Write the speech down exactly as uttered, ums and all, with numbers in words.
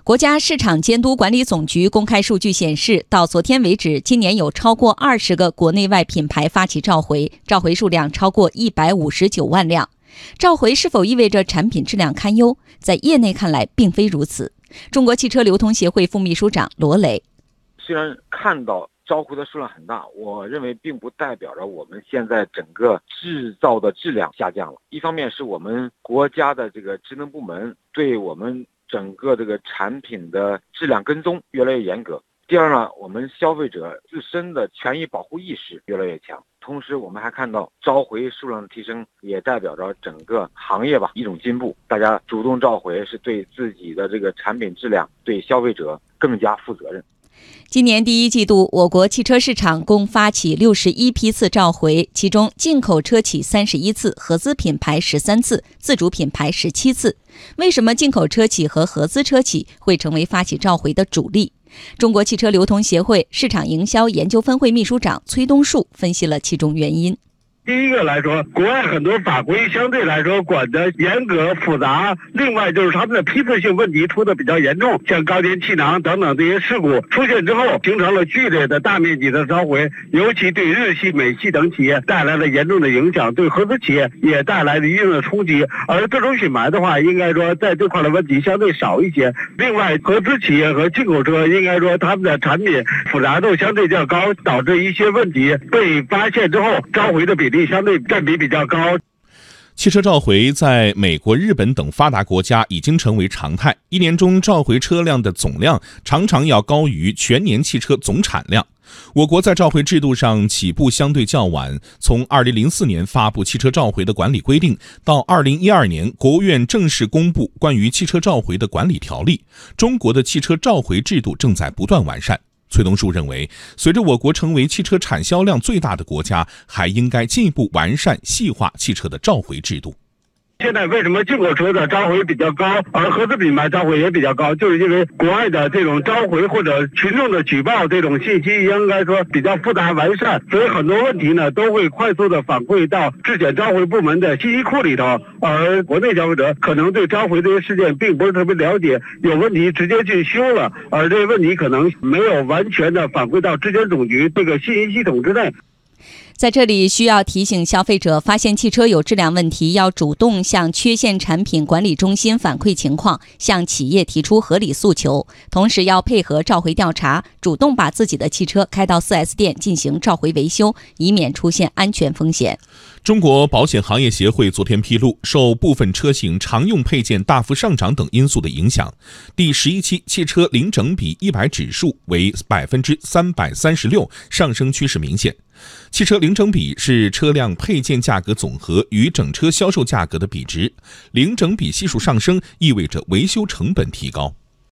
国家市场监督管理总局公开数据显示，到昨天为止，今年有超过二十个国内外品牌发起召回，召回数量超过一百五十九万辆。召回是否意味着产品质量堪忧？在业内看来，并非如此。中国汽车流通协会副秘书长罗磊： 虽然看到召回的数量很大，我认为并不代表着我们现在整个制造的质量下降了。一方面是我们国家的这个职能部门对我们整个这个产品的质量跟踪越来越严格。第二呢，我们消费者自身的权益保护意识越来越强。同时，我们还看到召回数量的提升，也代表着整个行业吧一种进步。大家主动召回是对自己的这个产品质量、对消费者更加负责任。 今年第一季度，我国汽车市场共发起六十一批次召回，其中进口车企三十一次，合资品牌十三次，自主品牌十七次。为什么进口车企和合资车企会成为发起召回的主力？中国汽车流通协会市场营销研究分会秘书长崔东树分析了其中原因。 第一个来说，国外很多法规相对来说管得严格复杂，另外就是他们的批次性问题出的比较严重，像高电气囊等等这些事故出现之后，形成了剧烈的大面积的召回，尤其对日系、美系等企业带来了严重的影响，对合资企业也带来了一定的冲击。而自主品牌的话，应该说在这块的问题相对少一些。另外，合资企业和进口车应该说他们的产品复杂度相对较高，导致一些问题被发现之后，召回的比例相对占比比较高。 汽车召回在美国、日本等发达国家已经成为常态，一年中召回车辆的总量常常要高于全年汽车总产量。我国在召回制度上起步相对较晚，从二零零四年发布汽车召回的管理规定，到二零一二年国务院正式公布关于汽车召回的管理条例，中国的汽车召回制度正在不断完善。崔东树认为，随着我国成为汽车产销量最大的国家，还应该进一步完善细化汽车的召回制度。 现在为什么进口车的召回比较高，而合资品牌召回也比较高，就是因为国外的这种召回或者群众的举报这种信息应该说比较复杂完善，所以很多问题呢都会快速的反馈到质检召回部门的信息库里头，而国内消费者可能对召回这些事件并不是特别了解，有问题直接去修了，而这些问题可能没有完全的反馈到质检总局这个信息系统之内。 在这里需要提醒消费者，发现汽车有质量问题，要主动向缺陷产品管理中心反馈情况，向企业提出合理诉求，同时要配合召回调查，主动把自己的汽车开到 四 S 店进行召回维修，以免出现安全风险。 中国保险行业协会昨天披露，受部分车型常用配件大幅上涨等因素的影响，第十一期汽车零整比一百指数为百分之三百三十六，上升趋势明显。汽车零整比是车辆配件价格总和与整车销售价格的比值，零整比系数上升意味着维修成本提高。